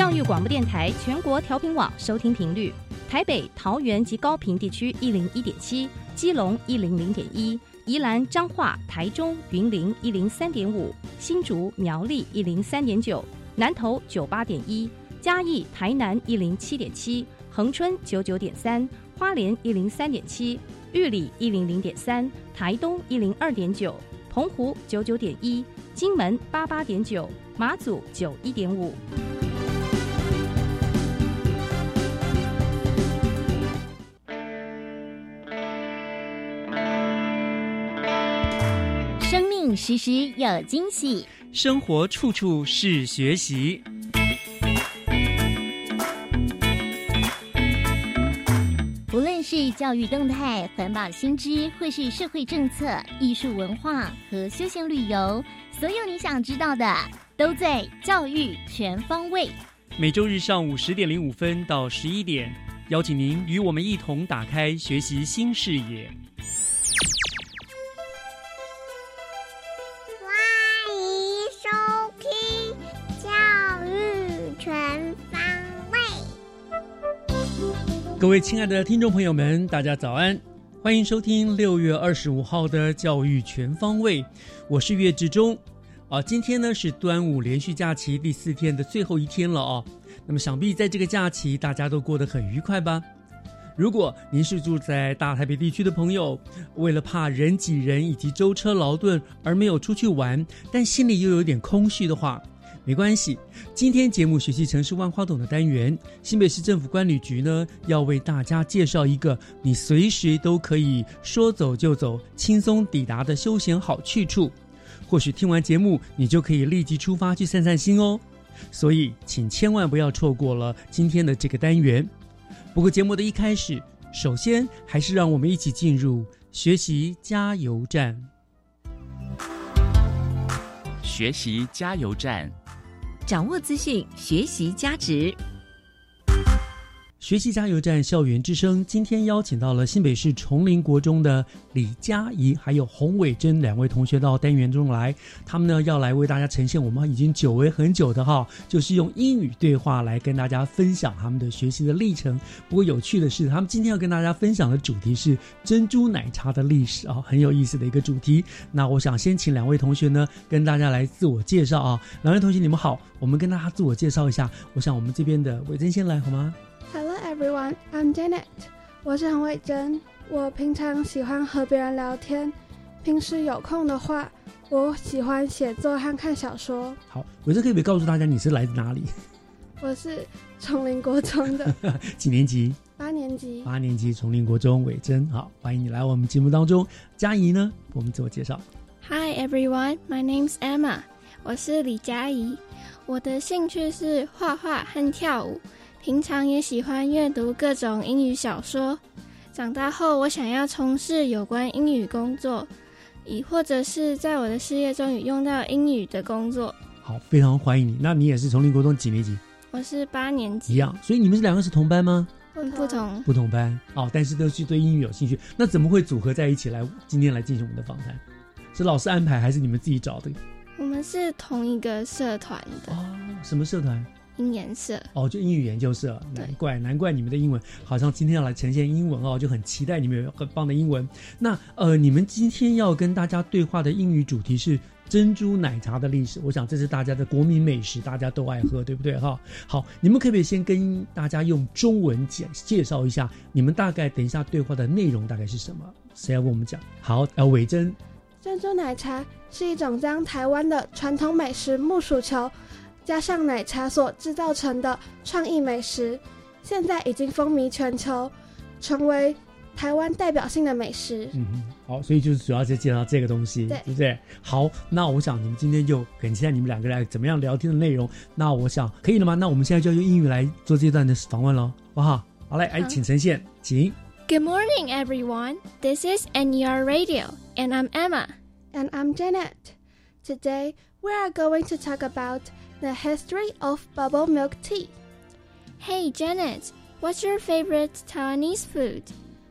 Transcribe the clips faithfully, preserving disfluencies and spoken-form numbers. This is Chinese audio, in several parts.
教育广播电台全国调频网收听频率：台北、桃园及高屏地区一零一点七，基隆一零零点一，宜兰、彰化、台中、云林一零三点五，新竹、苗栗一零三点九，南投九八点一，嘉义、台南一零七点七，恒春九九点三，花莲一零三点七，玉里一零零点三，台东一零二点九，澎湖九九点一，金门八八点九，马祖九一点五。 生命时时有惊喜， 生活处处是学习。 无论是教育动态、环保新知，或是社会政策、艺术文化和休闲旅游，所有你想知道的，都在教育全方位。 每周日上午十点零五分到十一点，邀请您与我们一同打开学习新视野。 欢迎收听教育全方位。 各位亲爱的听众朋友们，大家早安，欢迎收听六月二十五号的教育全方位，我是岳志忠。啊，今天呢是端午连续假期第四天的最后一天了哦。那么想必在这个假期大家都过得很愉快吧？如果您是住在大台北地区的朋友，为了怕人挤人以及舟车劳顿而没有出去玩，但心里又有点空虚的话，没关系，今天节目学习城市万花筒的单元，新北市政府观旅局呢要为大家介绍一个你随时都可以说走就走、轻松抵达的休闲好去处。或许听完节目，你就可以立即出发去散散心哦。所以，请千万不要错过了今天的这个单元。不过，节目的一开始，首先还是让我们一起进入学习加油站。 学习加油站， 掌握资讯，学习价值。 学习加油站校园之声，今天邀请到了新北市崇林国中的李佳怡还有洪伟珍两位同学到单元中来，他们呢要来为大家呈现我们已经久违很久的哈，就是用英语对话来跟大家分享他们的学习的历程。不过有趣的是，他们今天要跟大家分享的主题是珍珠奶茶的历史啊，很有意思的一个主题。那我想先请两位同学呢跟大家来自我介绍啊。两位同学你们好，我们跟大家自我介绍一下。我想我们这边的伟珍先来好吗 ？Hello everyone, I'm Janet. 我是洪伟珍。我平常喜欢和别人聊天，平时有空的话，我喜欢写作和看小说。 好，伟珍可以不可以告诉大家你是来自哪里？ 我是崇林国中的。 几年级？ 八年级。 八年级，崇林国中，伟珍，好，欢迎你来我们节目当中。佳怡呢，我们自我介绍。 Hi everyone, my name's Emma. 我是李佳怡。我的兴趣是画画和跳舞。平常也喜欢阅读各种英语小说。长大后，我想要从事有关英语工作，亦或者是在我的事业中用到英语的工作。 好，非常欢迎你。那你也是崇林国中几年级？ 我是八年级。 一样，所以你们两个是同班吗？ 不同， 不同班哦，但是都是对英语有兴趣。那怎么会组合在一起来今天来进行我们的访谈？是老师安排还是你们自己找的？ 我们是同一个社团的。 哦，什么社团？ 英研社哦，就英语研究社，难怪难怪你们的英文好像今天要来呈现英文哦，就很期待你们有很棒的英文。那呃，你们今天要跟大家对话的英语主题是珍珠奶茶的历史，我想这是大家的国民美食，大家都爱喝，对不对哈？好，你们可不可以先跟大家用中文介介绍一下，你们大概等一下对话的内容大概是什么？谁要跟我们讲？好，呃，伟珍。 珍珠奶茶是一种将台湾的传统美食木薯球加上奶茶所制造成的创意美食，现在已经风靡全球，成为台湾代表性的美食。 嗯，好，所以就是主要是介绍这个东西， 对, 对不对？好，那我想你们今天就很期待你们两个来怎么样聊天的内容。那我想可以了吗？那我们现在就用英语来做这段的访问咯，好不好？好嘞，来，请呈现，请。 Good morning, everyone. This is N E R Radio, and I'm Emma. And I'm Janet. Today, we are going to talk about the history of bubble milk tea. Hey, Janet, what's your favorite Taiwanese food?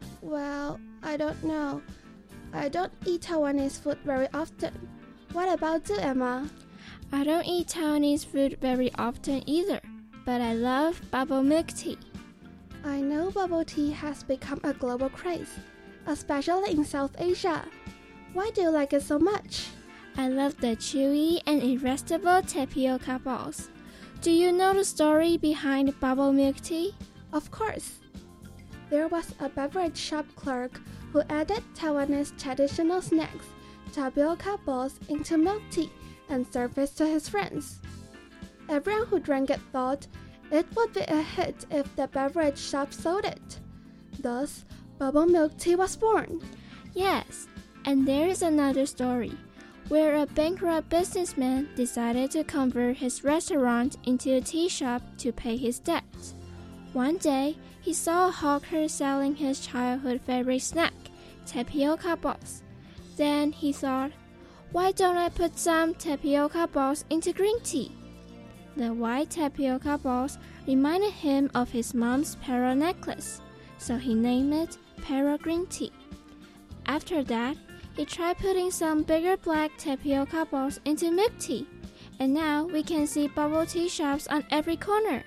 Well, I don't know. I don't eat Taiwanese food very often. What about you, Emma? I don't eat Taiwanese food very often either. but I love bubble milk tea. I know bubble tea has become a global craze, especially in South Asia. Why do you like it so much? I love the chewy and irresistible tapioca balls. Do you know the story behind bubble milk tea? Of course. There was a beverage shop clerk who added Taiwanese traditional snacks, tapioca balls, into milk tea and served it to his friends. Everyone who drank it thought it would be a hit if the beverage shop sold it. Thus, bubble milk tea was born. Yes, and there is another story, where a bankrupt businessman decided to convert his restaurant into a tea shop to pay his debts. One day, he saw a hawker selling his childhood favorite snack, tapioca balls. Then he thought, why don't I put some tapioca balls into green tea? The white tapioca balls reminded him of his mom's pearl necklace, so he named it Pearl Green Tea. After that, he tried putting some bigger black tapioca balls into milk tea, and now we can see bubble tea shops on every corner.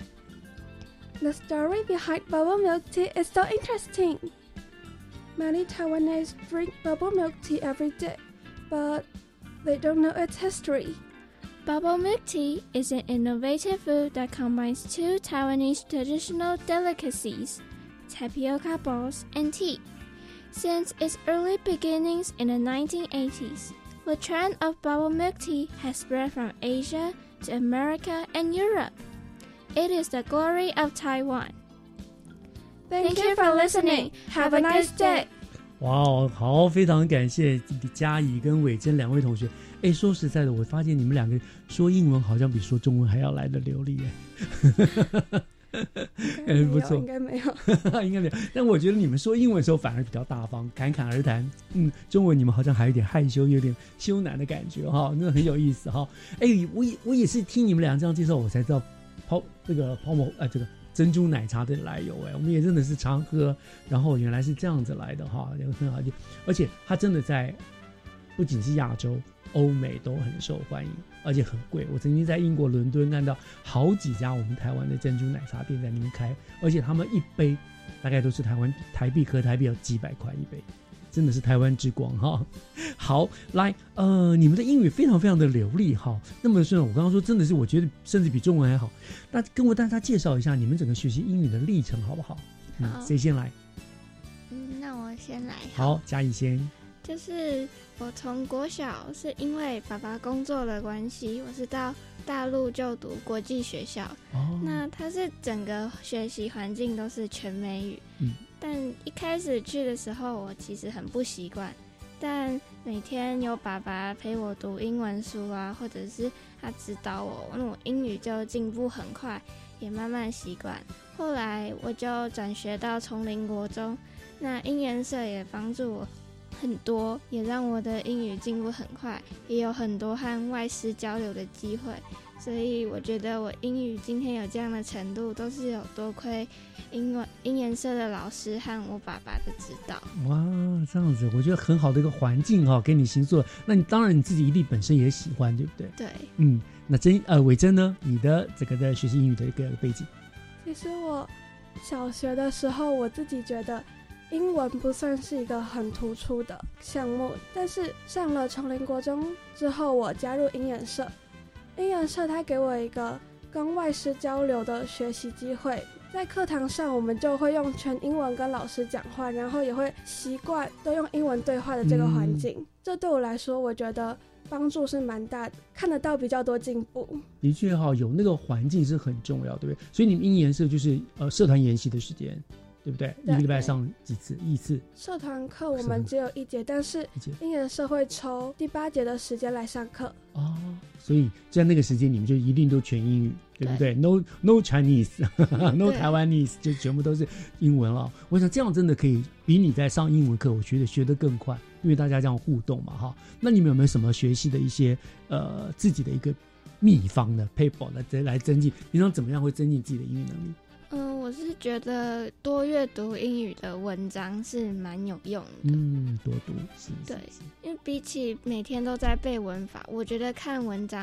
The story behind bubble milk tea is so interesting. Many Taiwanese drink bubble milk tea every day, but they don't know its history. Bubble milk tea is an innovative food that combines two Taiwanese traditional delicacies, tapioca balls and tea. Since its early beginnings in the nineteen eighties, the trend of bubble milk tea has spread from Asia to America and Europe. It is the glory of Taiwan. Thank you for listening. Have a nice day. 哇哦，好，非常感谢嘉怡跟伟珍两位同学。哎，说实在的，我发现你们两个说英文好像比说中文还要来得流利哎。嗯，不错， 应该没有， 应该没有。但我觉得你们说英文的时候反而比较大方，侃侃而谈。嗯，中文你们好像还有点害羞，有点羞赧的感觉哈，那很有意思哈。哎，我也我也是听你们俩这样介绍，我才知道泡这个泡沫呃这个珍珠奶茶的来由哎，我们也真的是常喝，然后原来是这样子来的哈，很好，而且它真的在不仅是亚洲。欧美都很受欢迎，而且很贵。我曾经在英国伦敦看到好几家我们台湾的珍珠奶茶店在那边开，而且他们一杯大概都是台湾台币合台币有几百块一杯，真的是台湾之光哈。好，来，呃，你们的英语非常非常的流利哈。那么是我刚刚说，真的是我觉得甚至比中文还好。那跟我大家介绍一下你们整个学习英语的历程好不好？嗯，谁先来？ 嗯，那我先来。 好，嘉怡先。 就是我从国小是因为爸爸工作的关系，我是到大陆就读国际学校。哦，那它是整个学习环境都是全美语。嗯，但一开始去的时候，我其实很不习惯。但每天有爸爸陪我读英文书啊，或者是他指导我，那我英语就进步很快，也慢慢习惯。后来我就转学到丛林国中，那英研社也帮助我很多，也让我的英语进步很快，也有很多和外师交流的机会，所以我觉得我英语今天有这样的程度，都是有多亏英文英研社的老师和我爸爸的指导。 哇，这样子，我觉得很好的一个环境哈，给你行做。那你当然你自己一定本身也喜欢，对不对？ 对， 嗯，那真呃伟珍呢？你的这个在学习英语的一个背景？ 其实我小学的时候，我自己觉得英文不算是一个很突出的项目，但是上了丛林国中之后，我加入英研社。英研社它给我一个跟外师交流的学习机会，在课堂上我们就会用全英文跟老师讲话，然后也会习惯都用英文对话的这个环境。嗯，这对我来说，我觉得帮助是蛮大的，看得到比较多进步。 的确哈，有那个环境是很重要，对不对？所以你们英研社就是呃社团研习的时间。对不对？一个礼拜上几次？一次。社团课我们只有一节，但是英研社会抽第八节的时间来上课。哦，所以在那个时间你们就一定都全英语，对不对？ No No Chinese No Taiwanese 就全部都是英文了。我想这样真的可以比你在上英文课，我觉得学得更快，因为大家这样互动嘛哈。那你们有没有什么学习的一些呃自己的一个秘方呢 ？paper 来来增进，平常怎么样会增进自己的英语能力？ 嗯，我是觉得多阅读英语的文章是蛮有用的。 嗯，多读是。 对，因为比起每天都在背文法，我觉得看文章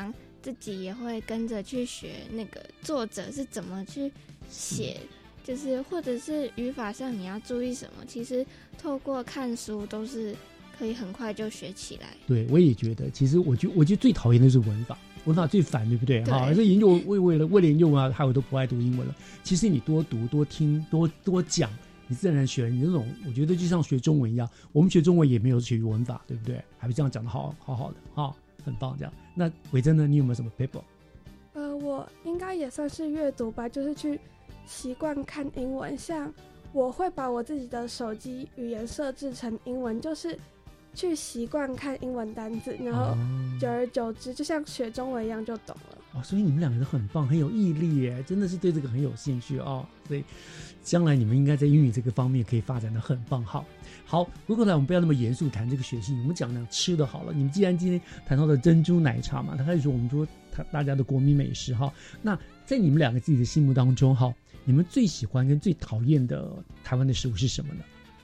自己也会跟着去学那个作者是怎么去写，就是或者是语法上你要注意什么，其实透过看书都是可以很快就学起来。 对，我也觉得，其实我觉我觉得最讨厌的是文法，文法最烦，对不对？哈，这研究为为了为了研究文法，害我都不爱读英文了。其实你多读、多听、多多讲，你自然而学。你这种，我觉得就像学中文一样，我们学中文也没有学文法，对不对？还不这样讲的好好好的哈，很棒这样。那伟珍呢？你有没有什么 paper？ 呃，我应该也算是阅读吧，就是去习惯看英文。像我会把我自己的手机语言设置成英文，就是去习惯看英文单字，然后久而久之，就像学中文一样就懂了。 哦，所以你们两个都很棒，很有毅力耶，真的是对这个很有兴趣哦。所以将来你们应该在英语这个方面可以发展得很棒。好，好，回过来我们不要那么严肃谈这个学习，我们讲讲吃的好了。你们既然今天谈到了珍珠奶茶嘛，他开始说我们说他大家的国民美食哈，那在你们两个自己的心目当中哈，你们最喜欢跟最讨厌的台湾的食物是什么呢？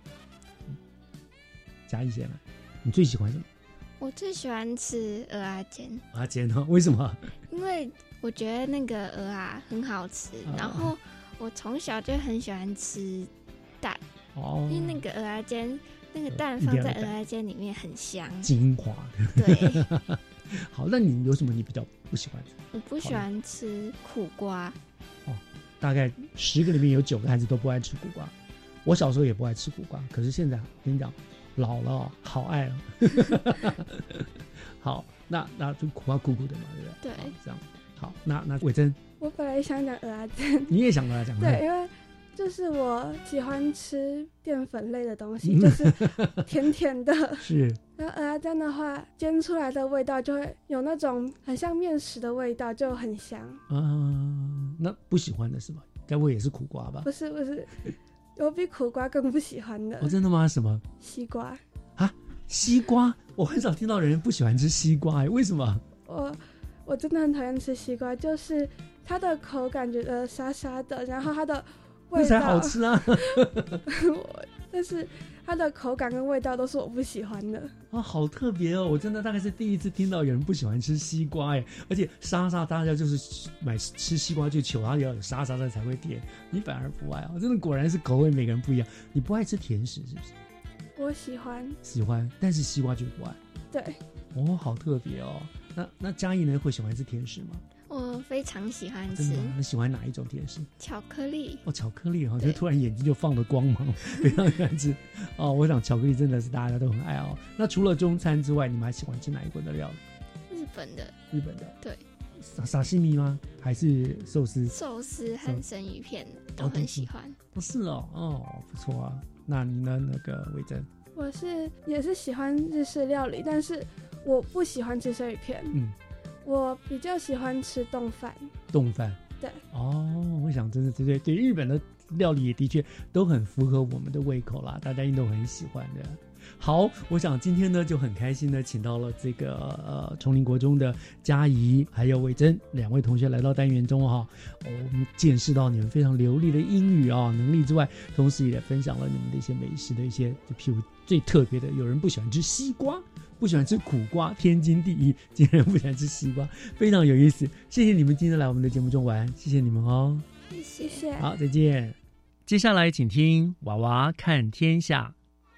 嘉义先来，你最喜欢什么？ 我最喜欢吃蚵仔煎。 蚵仔煎呢？为什么？ 因为我觉得那个蚵仔很好吃，啊、然后我从小就很喜欢吃蛋，哦，因为那个蚵仔煎那个蛋放在蚵仔煎里面很香， 精华。 对。 好，那你有什么你比较不喜欢吃？ 我不喜欢吃苦瓜。 哦，大概十个里面有九个孩子都不爱吃苦瓜。我小时候也不爱吃苦瓜，可是现在跟你讲。老了、哦，好爱了。好，那那就苦瓜苦苦的嘛，对不对？ 对， 这样。好，那那伟珍， 我本来想讲蚵仔煎， 你也想跟他讲？ 对，因为就是我喜欢吃淀粉类的东西，就是甜甜的。 是。 然后蚵仔煎的话，煎出来的味道就会有那种很像面食的味道，就很香。 啊，那不喜欢的是吗？该不会也是苦瓜吧？ 不是，不是。我比苦瓜更不喜欢的。 哦，真的吗？什么？ 西瓜啊？西瓜？我很少听到人不喜欢吃西瓜，哎，为什么？ 我我真的很讨厌吃西瓜，就是它的口感觉得沙沙的，然后它的味道那才好吃啊。 但是它的口感跟味道都是我不喜欢的。 啊，好特别哦！我真的大概是第一次听到有人不喜欢吃西瓜哎，而且沙沙大家就是买吃西瓜就求它要有沙沙的才会甜，你反而不爱哦，真的果然是口味每个人不一样。你不爱吃甜食是不是？ 我喜欢， 喜欢，但是西瓜就不爱。 对。 哦，好特别哦。那那嘉义呢，会喜欢吃甜食吗？ 我非常喜欢吃。 真的吗？你喜欢哪一种甜食？ 巧克力。 哦，巧克力哦，就突然眼睛就放了光芒，非常喜欢吃。哦，我想巧克力真的是大家都很爱哦。那除了中餐之外，你们还喜欢吃哪一国的料理？ 日本的。 日本的。 对。 沙沙西米吗？还是寿司？ 寿司和生鱼片都很喜欢。 哦，是哦，哦，不错啊。那你呢？那个伟珍？ 我是也是喜欢日式料理，但是我不喜欢吃生鱼片。嗯。我比较喜欢吃冻饭。 冻饭， 对。 哦，我想真的对对对，日本的料理也的确都很符合我们的胃口啦，大家应该都很喜欢的。好，我想今天呢就很开心的请到了这个呃崇林国中的嘉怡还有伟珍两位同学来到单元中哈、哦，我们见识到你们非常流利的英语啊、哦、能力之外，同时也分享了你们的一些美食的一些，就譬如最特别的，有人不喜欢吃西瓜。不喜欢吃苦瓜，天经地义。竟然不喜欢吃西瓜，非常有意思。谢谢你们今天来我们的节目中玩，谢谢你们哦。 谢谢。 好，再见。接下来请听娃娃看天下，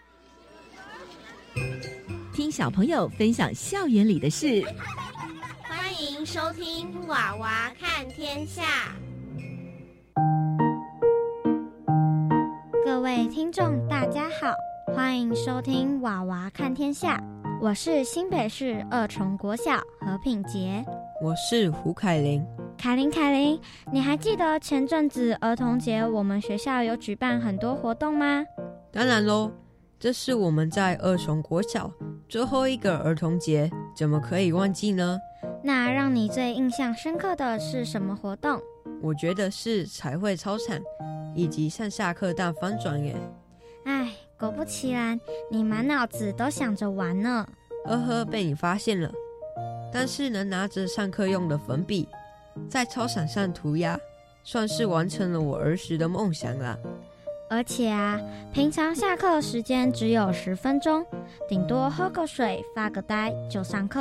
听小朋友分享校园里的事。 欢迎收听娃娃看天下。 各位听众大家好，欢迎收听娃娃看天下，我是新北市二重国小何品杰。 我是胡凯琳。 凯琳凯琳，你还记得前阵子儿童节我们学校有举办很多活动吗？ 当然咯，这是我们在二重国小最后一个儿童节，怎么可以忘记呢？ 那让你最印象深刻的是什么活动？ 我觉得是彩绘操场以及上下课大翻转耶。 唉，果不其然，你满脑子都想着玩呢。 呵呵，被你发现了。但是能拿着上课用的粉笔在操场上涂鸦，算是完成了我儿时的梦想啦。 而且啊，平常下课时间只有十分钟，顶多喝个水发个呆就上课了。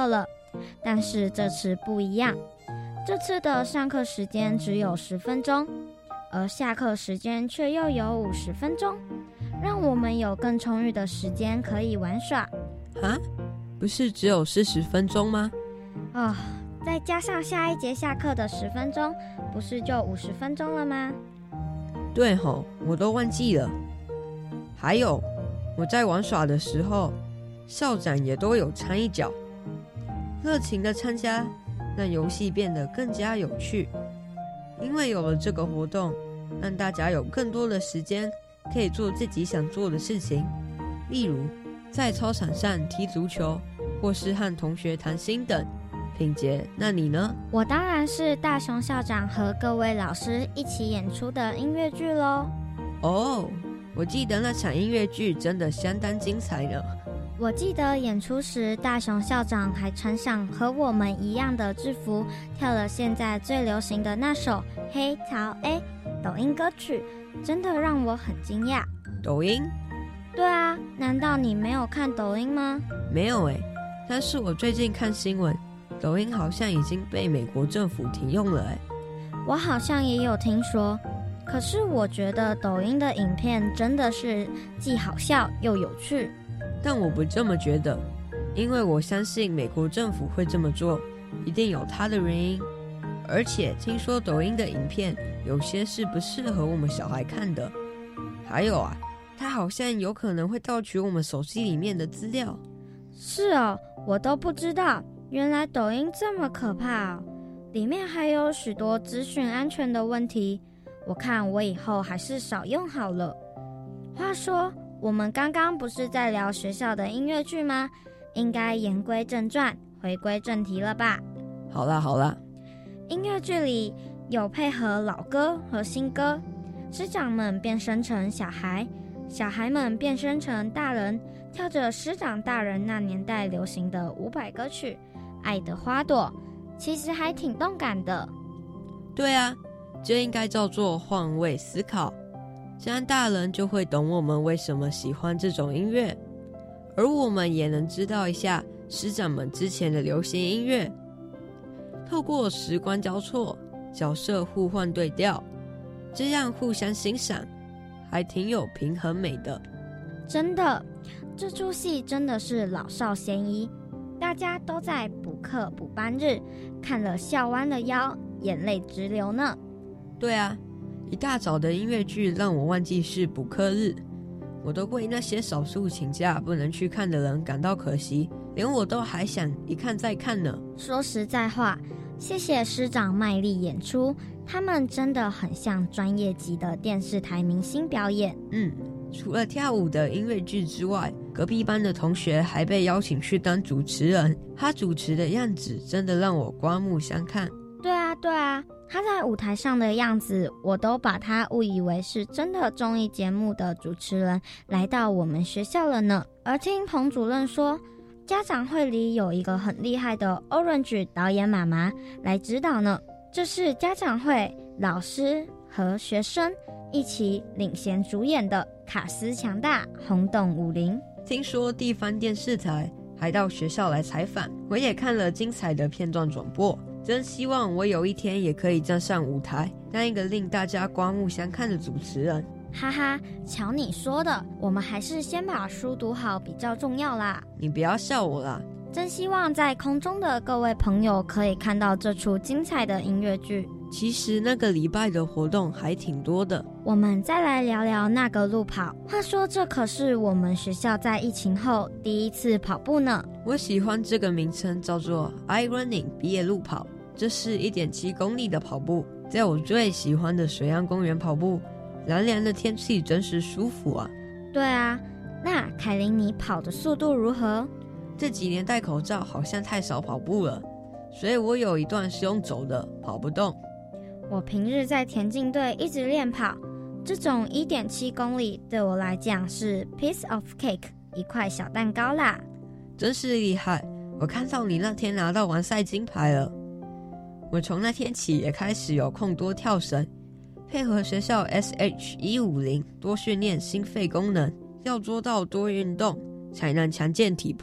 但是这次不一样，这次的上课时间只有十分钟，而下课时间却又有五十分钟，让我们有更充裕的时间可以玩耍。 啊？不是只有四十分钟吗？ 哦，再加上下一节下课的十分钟，不是就五十分钟了吗？ 对吼，我都忘记了。还有，我在玩耍的时候，校长也都有掺一脚，热情的参加，让游戏变得更加有趣。因为有了这个活动，让大家有更多的时间可以做自己想做的事情，例如在操场上踢足球，或是和同学谈心等。品杰，那你呢？ 我当然是大雄校长和各位老师一起演出的音乐剧咯。 哦，我记得那场音乐剧真的相当精彩呢。 我记得演出时，大雄校长还穿上和我们一样的制服，跳了现在最流行的那首《黑桃 A》抖音歌曲，真的让我很惊讶。 抖音？ 对啊，难道你没有看抖音吗？ 没有耶，但是我最近看新闻，抖音好像已经被美国政府停用了耶。 我好像也有听说，可是我觉得抖音的影片真的是既好笑又有趣。 但我不这么觉得，因为我相信美国政府会这么做，一定有它的原因。而且听说抖音的影片有些是不适合我们小孩看的。还有啊，它好像有可能会盗取我们手机里面的资料。 是哦，我都不知道，原来抖音这么可怕哦，里面还有许多资讯安全的问题。我看我以后还是少用好了。话说，我们刚刚不是在聊学校的音乐剧吗？应该言归正传，回归正题了吧？ 好啦好啦， 音乐剧里有配合老歌和新歌，师长们变身成小孩，小孩们变身成大人，跳着师长大人那年代流行的伍佰歌曲《爱的花朵》，其实还挺动感的。 对啊，这应该叫做换位思考，这样大人就会懂我们为什么喜欢这种音乐，而我们也能知道一下师长们之前的流行音乐。透过时光交错，角色互换对调，这样互相欣赏，还挺有平衡美的。 真的，这出戏真的是老少咸宜，大家都在补课补班日，看了笑弯了腰，眼泪直流呢。 对啊，一大早的音乐剧让我忘记是补课日，我都为那些少数请假不能去看的人感到可惜，连我都还想一看再看呢。 说实在话，谢谢师长卖力演出，他们真的很像专业级的电视台明星表演。 嗯，除了跳舞的音乐剧之外，隔壁班的同学还被邀请去当主持人，他主持的样子真的让我刮目相看。 对啊对啊，他在舞台上的样子，我都把他误以为是真的综艺节目的主持人来到我们学校了呢。而听彭主任说，家长会里有一个很厉害的 Orange 导演妈妈来指导呢。这是家长会老师和学生一起领衔主演的卡司强大，轰动武林。 听说地方电视台还到学校来采访，我也看了精彩的片段转播，真希望我有一天也可以站上舞台，当一个令大家刮目相看的主持人。 哈哈，瞧你说的，我们还是先把书读好比较重要啦。 你不要笑我啦。 真希望在空中的各位朋友可以看到这出精彩的音乐剧。 其实那个礼拜的活动还挺多的， 我们再来聊聊那个路跑。话说这可是我们学校在疫情后第一次跑步呢。 我喜欢这个名称，叫做 iRunning 毕业路跑。这是 一点七公里的跑步，在我最喜欢的水岸公园跑步，凉凉的天气真是舒服啊。 对啊，那凯琳你跑的速度如何？ 这几年戴口罩好像太少跑步了，所以我有一段是用走的，跑不动。 我平日在田径队一直练跑，这种 一点七公里对我来讲是 piece of cake， 一块小蛋糕啦。 真是厉害，我看到你那天拿到完赛金牌了。我从那天起也开始有空多跳绳，配合学校 S H 一五零 多训练心肺功能，要做到多运动才能强健体魄。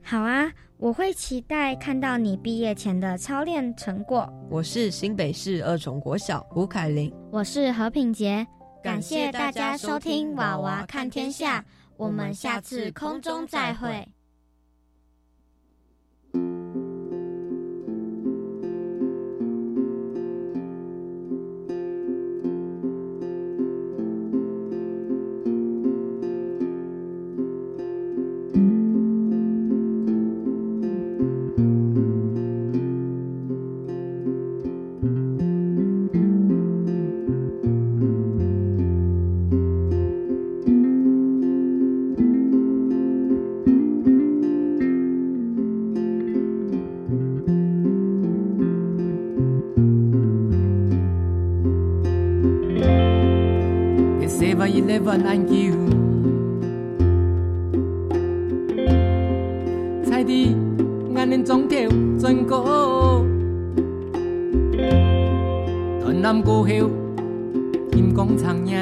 好啊，我会期待看到你毕业前的操练成果。 我是新北市二重国小吴凯琳， 我是何品杰。 感谢大家收听娃娃看天下，我们下次空中再会。 seven eleven you 菜地眼睛总跳转过团南过后金光苍影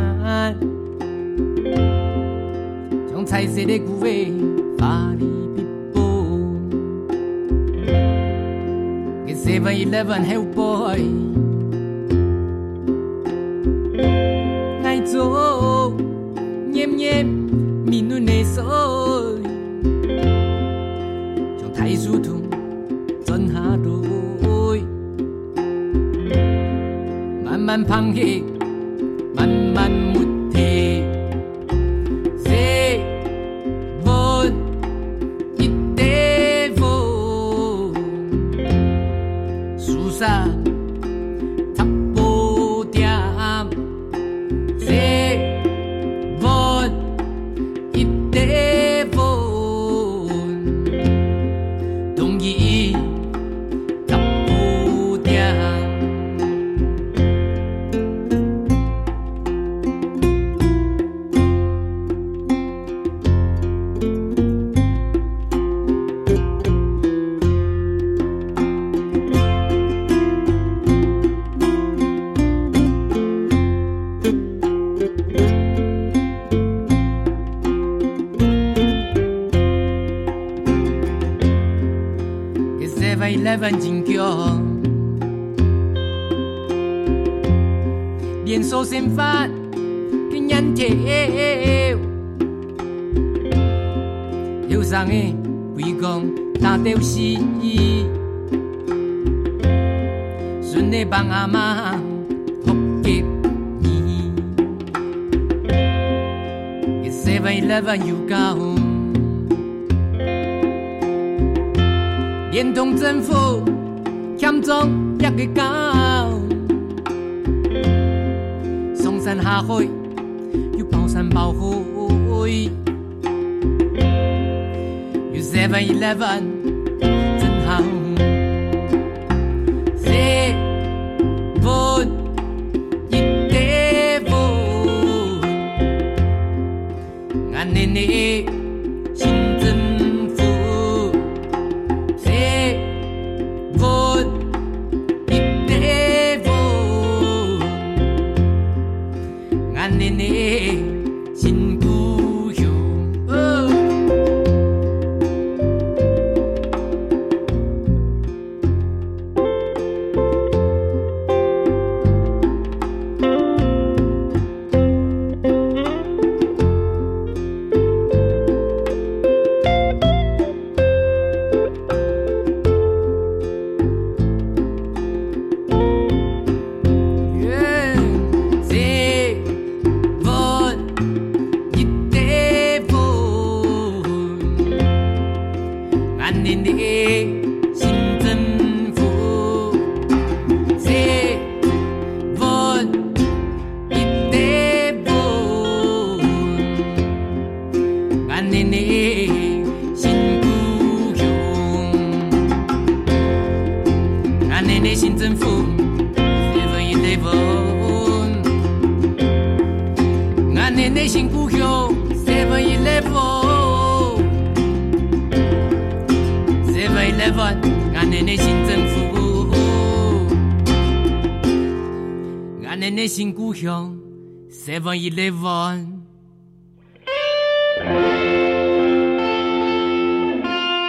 将彩色的古味发里必波 seven eleven help boy做黏黏迷눈의手将太书图转下来慢慢放弃慢慢没提seven eleven 苏莎真强连锁先发跟人跳楼上的围攻打掉死顺的帮阿妈福吉你 seven eleven 有高连同政府欠总也个高，上山下海又包山包海，有 seven eleven 真好 seven eleven 俺奶奶新政府奶奶新故乡、哦、新政府 seven eleven 俺奶奶新故乡 seven eleven seven eleven 俺奶奶新政府俺奶奶新故乡 seven eleven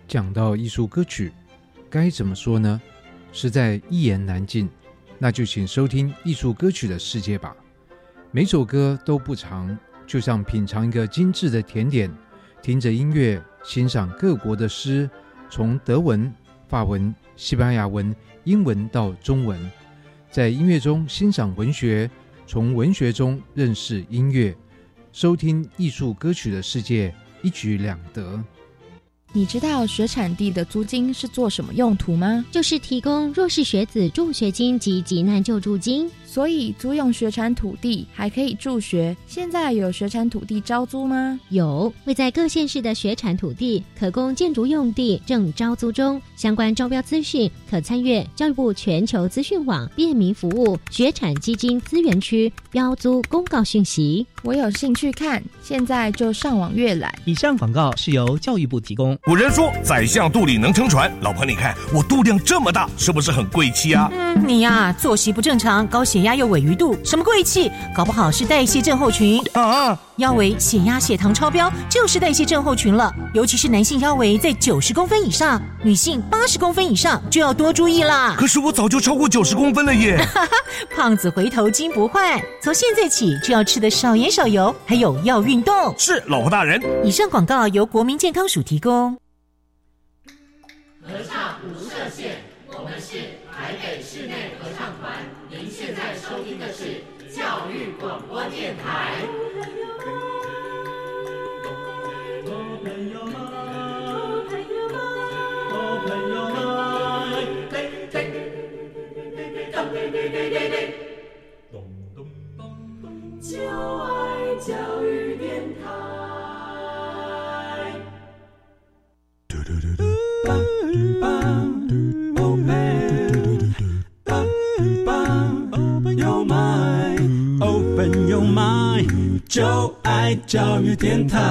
讲到艺术歌曲，该怎么说呢？实在一言难尽，那就请收听艺术歌曲的世界吧。每首歌都不长，就像品尝一个精致的甜点，听着音乐，欣赏各国的诗，从德文、法文、西班牙文、英文到中文，在音乐中欣赏文学，从文学中认识音乐，收听艺术歌曲的世界，一举两得。 你知道学产地的租金是做什么用途吗？ 就是提供弱势学子助学金及急难救助金。 所以租用学产土地还可以助学。现在有学产土地招租吗？ 有，位在各县市的学产土地可供建筑用地正招租中，相关招标资讯可参阅教育部全球资讯网便民服务学产基金资源区标租公告讯息。 我有兴趣看，现在就上网阅览。 以上广告是由教育部提供。 古人说宰相肚里能撑船，老婆你看我肚量这么大，是不是很贵气啊？ 嗯，你呀、啊、作息不正常，高血压又尾鱼肚，什么贵气？搞不好是代谢症候群啊！ 腰围、血压、血糖超标就是代谢症候群了，尤其是男性腰围在九十公分以上，女性八十公分以上就要多注意啦。 可是我早就超过九十公分了耶！ 胖子回头金不换，从现在起就要吃得少盐少油，还有要运动。 是，老婆大人。 以上广告由国民健康署提供。 合唱无设限，我们是台北室内合唱团。您现在收听的是教育广播电台。就爱教育电台。 Open your mind, open your mind， 就爱教育电台。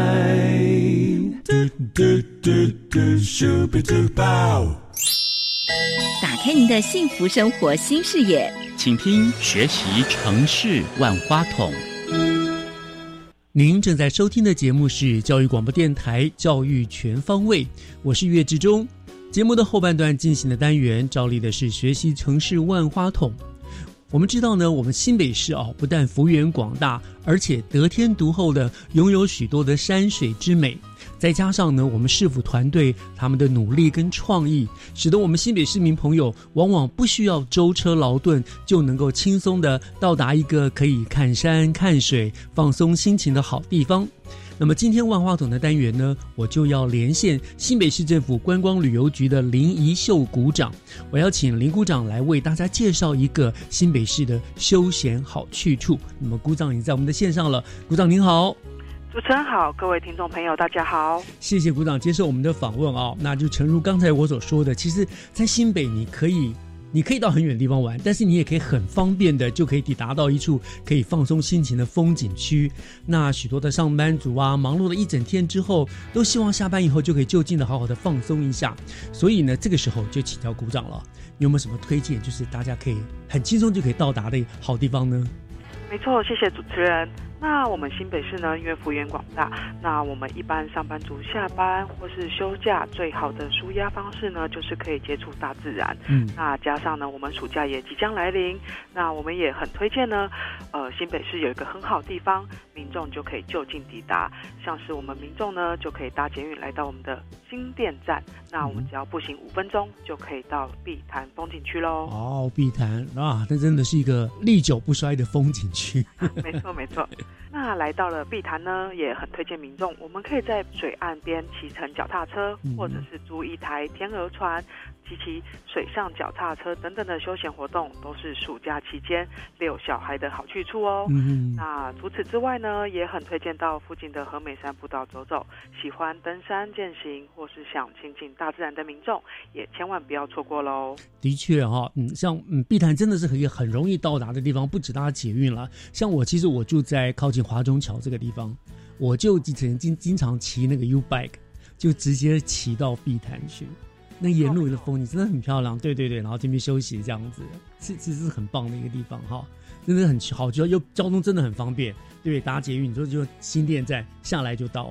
打开您的幸福生活新视野， 请听学习城市万花筒。 您正在收听的节目是教育广播电台教育全方位，我是岳志忠。节目的后半段进行的单元照例的是学习城市万花筒。我们知道呢，我们新北市啊，不但幅员广大，而且得天独厚的拥有许多的山水之美。再加上呢，我们市府团队他们的努力跟创意，使得我们新北市民朋友往往不需要舟车劳顿，就能够轻松的到达一个可以看山看水放松心情的好地方。那么今天万花筒的单元呢，我就要连线新北市政府观光旅游局的林宜秀股长，我要请林股长来为大家介绍一个新北市的休闲好去处。那么股长已经在我们的线上了，股长您好。 主持人好，各位听众朋友大家好， 谢谢股长接受我们的访问啊。那就诚如刚才我所说的，其实在新北你可以你可以到很远的地方玩，但是你也可以很方便的就可以抵达到一处可以放松心情的风景区。那许多的上班族啊，忙碌了一整天之后，都希望下班以后就可以就近的好好的放松一下。所以呢，这个时候就请教股长了，有没有什么推荐，就是大家可以很轻松就可以到达的好地方呢？ 没错，谢谢主持人。那我们新北市呢，因为幅员广大，那我们一般上班族下班或是休假，最好的抒压方式呢，就是可以接触大自然。嗯，那加上呢，我们暑假也即将来临，那我们也很推荐呢，呃，新北市有一个很好的地方，民众就可以就近抵达。像是我们民众呢，就可以搭捷运来到我们的新店站，那我们只要步行五分钟就可以到碧潭风景区喽。 哦，碧潭啊，那真的是一个历久不衰的风景区。 没错，没错。那来到了碧潭呢，也很推荐民众，我们可以在水岸边骑乘脚踏车，嗯、或者是租一台天鹅船，骑骑水上脚踏车等等的休闲活动，都是暑假期间遛小孩的好去处哦。嗯、那除此之外呢，也很推荐到附近的和美山步道走走。喜欢登山健行或是想亲近大自然的民众，也千万不要错过喽。 的确哈、哦，嗯，像嗯碧潭真的是很很容易到达的地方，不止搭捷运了。像我其实我住在靠近华中桥这个地方，我就曾经经常骑那个 U bike， 就直接骑到碧潭去。那沿路的风景真的很漂亮，对对对，然后这边休息这样子，是其实是很棒的一个地方哈，真的很好，又交通真的很方便，对不对？搭捷运你说就新店站下来就到了。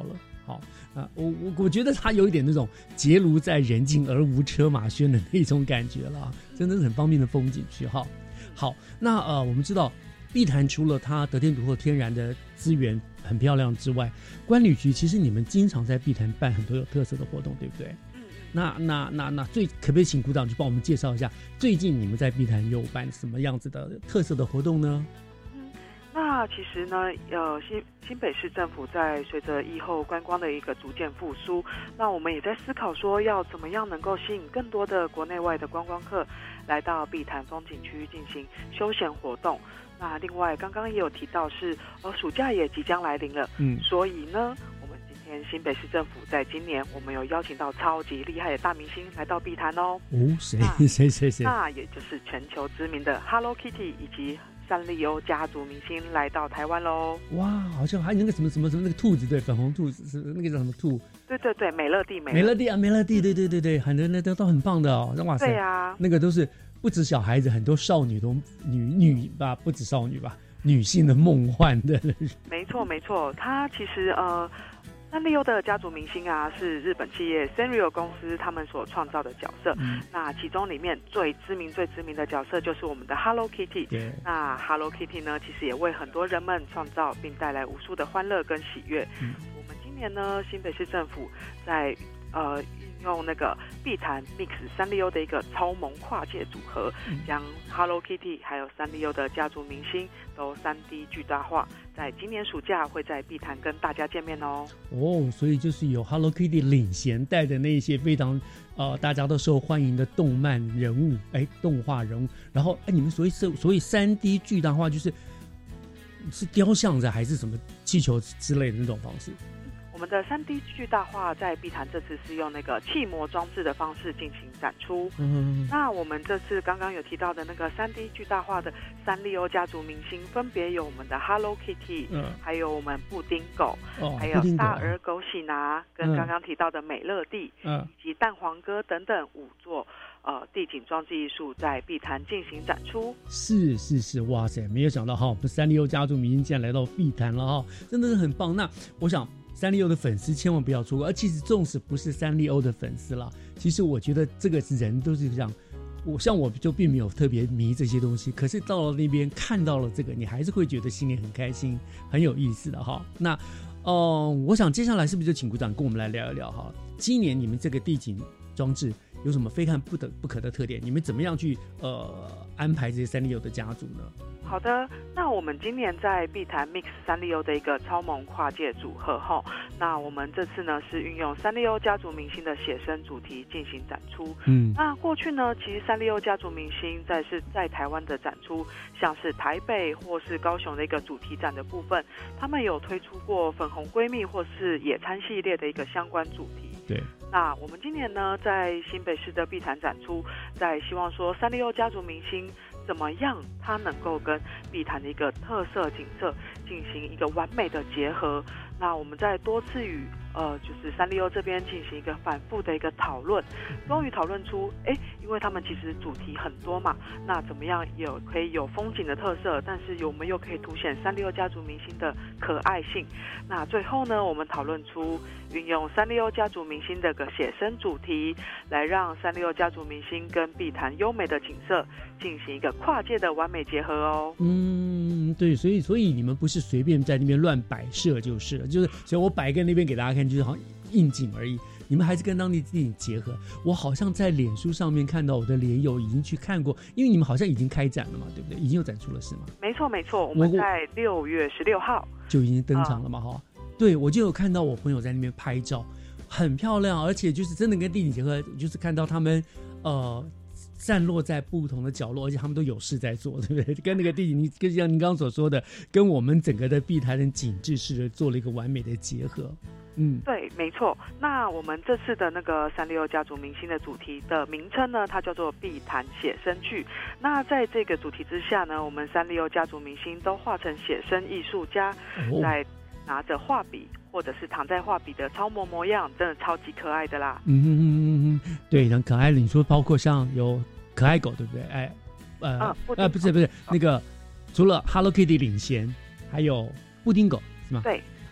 好啊，我我我觉得他有一点那种结庐在人境而无车马喧的那种感觉了，真的是很方便的风景区哈。好，那呃，我们知道碧潭除了它得天独厚天然的资源很漂亮之外，观旅局其实你们经常在碧潭办很多有特色的活动，对不对？嗯。那那那那最可不可以请股长去帮我们介绍一下，最近你们在碧潭有办什么样子的特色的活动呢？ 那其实呢，呃，新新北市政府在随着疫后观光的一个逐渐复苏，那我们也在思考说，要怎么样能够吸引更多的国内外的观光客来到碧潭风景区进行休闲活动。那另外，刚刚也有提到是，呃，暑假也即将来临了，嗯，所以呢，我们今天新北市政府在今年，我们有邀请到超级厉害的大明星来到碧潭哦。 哦，谁谁谁谁？ 那也就是全球知名的 Hello Kitty 以及三丽鸥家族明星来到台湾喽！ 哇，好像还有那个什么什么什么那个兔子，对，粉红兔子是那个叫什么兔？ 对对对，美乐蒂， 美乐蒂啊，美乐蒂，对对对对，很多那都都很棒的哦，哇塞， 对啊， 那个都是不止小孩子，很多少女都女女吧，不止少女吧，女性的梦幻的。 没错没错，它其实呃。三丽鸥的家族明星啊，是日本企业 Sanrio 公司他们所创造的角色。嗯、那其中里面最知名、最知名的角色就是我们的 Hello Kitty。那 Hello Kitty 呢，其实也为很多人们创造并带来无数的欢乐跟喜悦。嗯、我们今年呢，新北市政府在呃运用那个碧潭 Mix 三丽鸥的一个超萌跨界组合，嗯、将 Hello Kitty 还有三丽鸥的家族明星都 三 D 巨大化。在今年暑假会在碧潭跟大家见面哦。 哦，所以就是有 Hello Kitty 领衔带的那些非常呃大家都受欢迎的动漫人物，哎，动画人物。然后哎，你们所谓所谓 三 D 巨大化，就是是雕像的还是什么气球之类的那种方式？ 我们的 三 D 巨大化在碧潭这次是用那个气模装置的方式进行展出。嗯，那我们这次刚刚有提到的那个 三 D 巨大化的三丽鸥家族明星，分别有我们的 Hello Kitty，嗯，还有我们布丁狗，哦，还有大耳狗喜拿，跟刚刚提到的美乐蒂，嗯，以及蛋黄哥等等五座呃地景装置艺术在碧潭进行展出。 是是是，哇塞，没有想到哈，我们三丽鸥家族明星竟然来到碧潭了哈，真的是很棒。那我想。三丽鸥的粉丝千万不要错过，而其实纵使不是三丽鸥的粉丝啦，其实我觉得这个人都是这样。我像我就并没有特别迷这些东西，可是到了那边看到了这个，你还是会觉得心里很开心，很有意思的哈。那，呃，我想接下来是不是就请股长跟我们来聊一聊哈？今年你们这个地景装置有什么非看不得不可的特点？你们怎么样去呃安排这些三丽鸥的家族呢？ 好的，那我们今年在碧潭 Mix 三丽鸥的一个超萌跨界组合哈，那我们这次呢是运用三丽鸥家族明星的写生主题进行展出。嗯，那过去呢，其实三丽鸥家族明星在是在台湾的展出，像是台北或是高雄的一个主题展的部分，他们有推出过粉红闺蜜或是野餐系列的一个相关主题。 对， 那我们今年呢，在新北市的碧潭展出，在希望说三丽鸥家族明星怎么样，它能够跟碧潭的一个特色景色进行一个完美的结合。那我们在多次与呃，就是三丽鸥这边进行一个反复的一个讨论，终于讨论出，哎，因为他们其实主题很多嘛，那怎么样有可以有风景的特色，但是我们又可以凸显三丽鸥家族明星的可爱性。那最后呢，我们讨论出运用三丽鸥家族明星的个写生主题，来让三丽鸥家族明星跟碧潭优美的景色进行一个跨界的完美结合哦。 嗯，对，所以所以你们不是随便在那边乱摆设就是了，就是所以我摆一个那边给大家看，就是好像应景而已。你们还是跟当地地景结合。我好像在脸书上面看到我的连友已经去看过，因为你们好像已经开展了嘛，对不对？已经有展出了是吗？ 没错没错，我们在六月十六号就已经登场了嘛，哈、嗯。对，我就有看到我朋友在那边拍照，很漂亮，而且就是真的跟地景结合，就是看到他们呃散落在不同的角落，而且他们都有事在做，对不对？跟那个地景，你跟像您刚刚所说的，跟我们整个的碧潭的景致是做了一个完美的结合。嗯， 对，没错。那我们这次的那个三丽鸥家族明星的主题的名称呢，它叫做碧潭写生剧。那在这个主题之下呢，我们三丽鸥家族明星都化成写生艺术家，哦、在拿着画笔或者是躺在画笔的超模模样，真的超级可爱的啦。 嗯嗯嗯嗯，对，很可爱的。你说包括像有可爱狗，对不对？哎，呃，啊、呃，不是不是，那个除了 Hello Kitty 领衔，还有布丁狗是吗？ 对。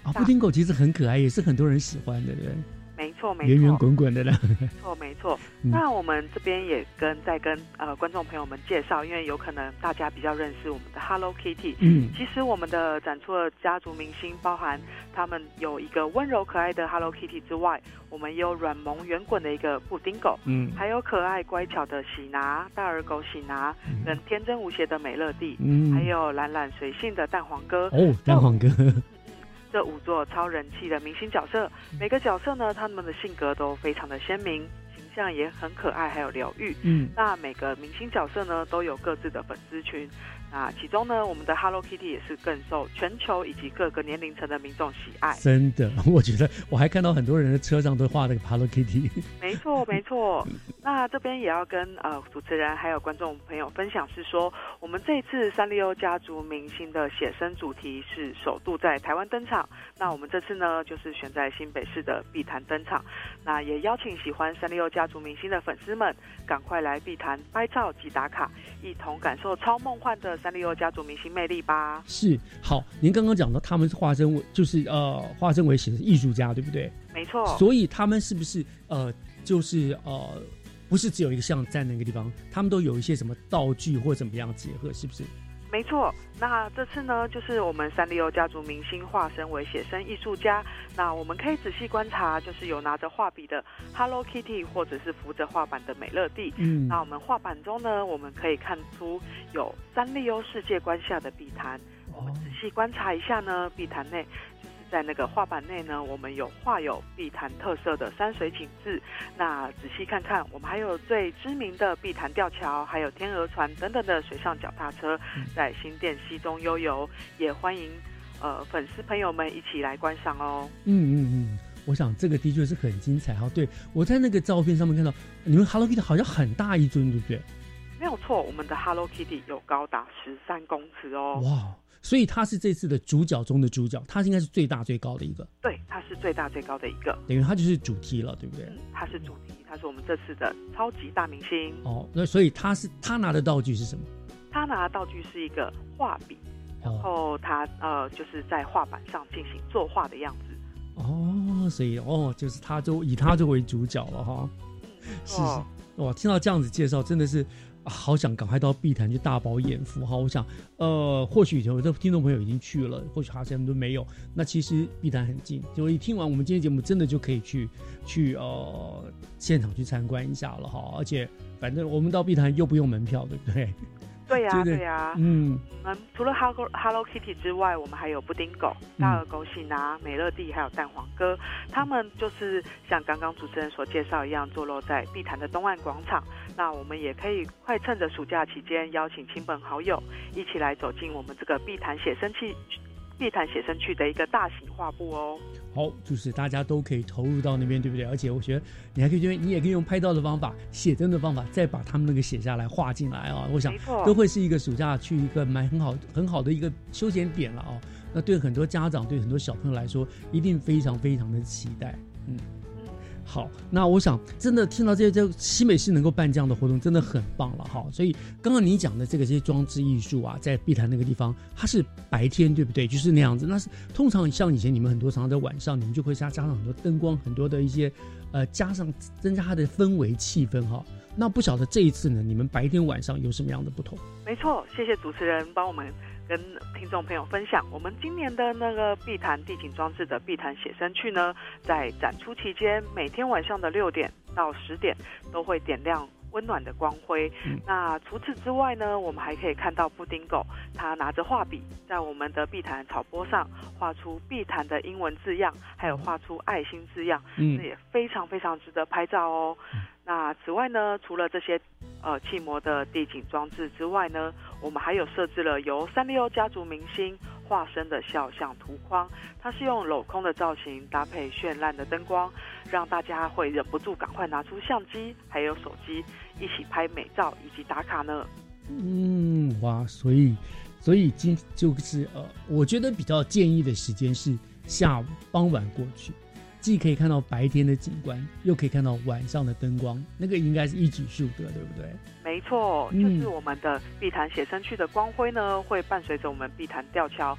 啊，布丁狗其实很可爱，也是很多人喜欢的，对不对？ 没错，没错， 圆圆滚滚的啦。 没错，没错。嗯、那我们这边也跟再跟呃观众朋友们介绍，因为有可能大家比较认识我们的 Hello Kitty。嗯，其实我们的展出的家族明星，包含他们有一个温柔可爱的 Hello Kitty 之外，我们也有软萌圆滚的一个布丁狗，嗯，还有可爱乖巧的喜拿、大耳狗喜拿，嗯、跟天真无邪的美乐蒂，嗯，还有懒懒随性的蛋黄哥。 哦，蛋黄哥。 这五座超人气的明星角色，每个角色呢，他们的性格都非常的鲜明，形象也很可爱，还有疗愈。嗯，那每个明星角色呢，都有各自的粉丝群。那其中呢，我们的 Hello Kitty 也是更受全球以及各个年龄层的民众喜爱。 真的，我觉得我还看到很多人的车上都画那个 Hello Kitty。 没错，没错。那这边也要跟呃主持人还有观众朋友分享，是说我们这一次三丽鸥家族明星的写生主题是首度在台湾登场。那我们这次呢，就是选在新北市的碧潭登场。那也邀请喜欢三丽鸥家族明星的粉丝们，赶快来碧潭拍照及打卡，一同感受超梦幻的三丽鸥家族明星魅力吧。 是，好，您刚刚讲到他们是化身为，就是呃化身为写的艺术家，对不对？ 没错。 所以他们是不是呃就是呃不是只有一个像在那个地方，他们都有一些什么道具或怎么样结合，是不是？ 没错，那这次呢，就是我们三丽鸥家族明星化身为写生艺术家。那我们可以仔细观察，就是有拿着画笔的 Hello Kitty， 或者是扶着画板的美乐蒂。嗯，那我们画板中呢，我们可以看出有三丽鸥世界观下的碧潭。我们仔细观察一下呢，碧潭内。在那个画板内呢，我们有画有碧潭特色的山水景致。那仔细看看，我们还有最知名的碧潭吊桥，还有天鹅船等等的水上脚踏车，在新店溪中悠游。也欢迎呃粉丝朋友们一起来观赏哦。 嗯嗯嗯，我想这个的确是很精彩哈。对，我在那个照片上面看到，你们 Hello Kitty 好像很大一尊，对不对？ 没有错，我们的 Hello Kitty 有高达十三公尺哦。 哇！所以他是这次的主角中的主角，他应该是最大最高的一个。 对，他是最大最高的一个， 等于他就是主题了，对不对？ 嗯，他是主题，他是我们这次的超级大明星。 哦，那所以他是他拿的道具是什么？ 他拿的道具是一个画笔，然后他呃就是在画板上进行作画的样子。 哦，所以哦，就是他就以他作为主角了哈。嗯，是是，哇，听到这样子介绍，真的是。好想赶快到碧潭去大饱眼福哈！我想，呃，或许有的听众朋友已经去了，或许他现在都没有。那其实碧潭很近，所以听完我们今天节目，真的就可以去去呃现场去参观一下了哈。而且反正我们到碧潭又不用门票，对不对？ 对呀、啊，对呀、啊， 嗯， 我们除了 Hello Hello Kitty 之外，我们还有布丁狗、大耳狗喜拿、美乐蒂，还有蛋黄哥，他们就是像刚刚主持人所介绍一样，坐落在碧潭的东岸广场。那我们也可以快趁着暑假期间，邀请亲朋好友一起来走进我们这个碧潭写生区。碧潭写生区的一个大型画布哦。 好，就是大家都可以投入到那边，对不对？而且我觉得你还可以，你也可以用拍照的方法、写真的方法，再把他们那个写下来画进来啊。我想都会是一个暑假去一个蛮很好很好的一个休闲点了哦。那对很多家长、对很多小朋友来说，一定非常非常的期待。嗯。好，那我想真的听到这些，这新北市能够办这样的活动，真的很棒了哈。所以刚刚你讲的这个这些装置艺术啊，在碧潭那个地方，它是白天对不对？就是那样子。那是通常像以前你们很多常常在晚上，你们就会加加上很多灯光，很多的一些呃，加上增加它的氛围气氛哈。那不晓得这一次呢，你们白天晚上有什么样的不同？ 没错，谢谢主持人帮我们跟听众朋友分享，我们今年的那个碧潭地景装置的碧潭写生区呢，在展出期间，每天晚上的六点到十点都会点亮温暖的光辉。嗯、那除此之外呢，我们还可以看到布丁狗，它拿着画笔在我们的碧潭草坡上画出碧潭的英文字样，还有画出爱心字样，嗯，这也非常非常值得拍照哦。嗯、那此外呢，除了这些呃气模的地景装置之外呢，我们还有设置了由三丽鸥家族明星化身的肖像图框，它是用镂空的造型搭配绚烂的灯光，让大家会忍不住赶快拿出相机还有手机一起拍美照以及打卡呢。 嗯，哇，所以所以今就是呃，我觉得比较建议的时间是下午傍晚过去，既可以看到白天的景观，又可以看到晚上的灯光，那个应该是一举数得，对不对？ 没错，就是我们的碧潭写生区的光辉呢，会伴随着我们碧潭吊桥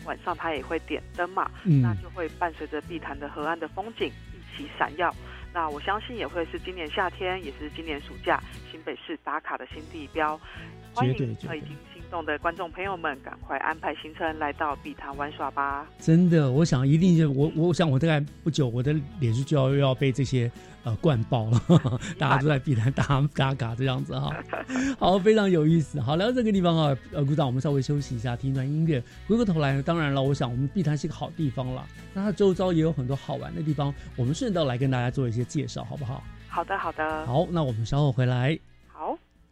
晚上它也会点灯嘛， 嗯， 那就会伴随着碧潭的河岸的风景一起闪耀。那我相信也会是今年夏天，也是今年暑假新北市打卡的新地标。欢迎呃已经心动的观众朋友们，赶快安排行程来到碧潭玩耍吧！真的，我想一定就我，我想我大概不久，我的脸书就要又要被这些呃灌爆了，呵呵大家都在碧潭打打卡这样子哈。好，非常有意思。好，来到这个地方啊，呃，鼓掌，我们稍微休息一下，听一段音乐。回过头来，当然了，我想我们碧潭是一个好地方了，那它周遭也有很多好玩的地方，我们顺道来跟大家做一些介绍，好不好？ 好的，好的。 好，那我们稍后回来。 好。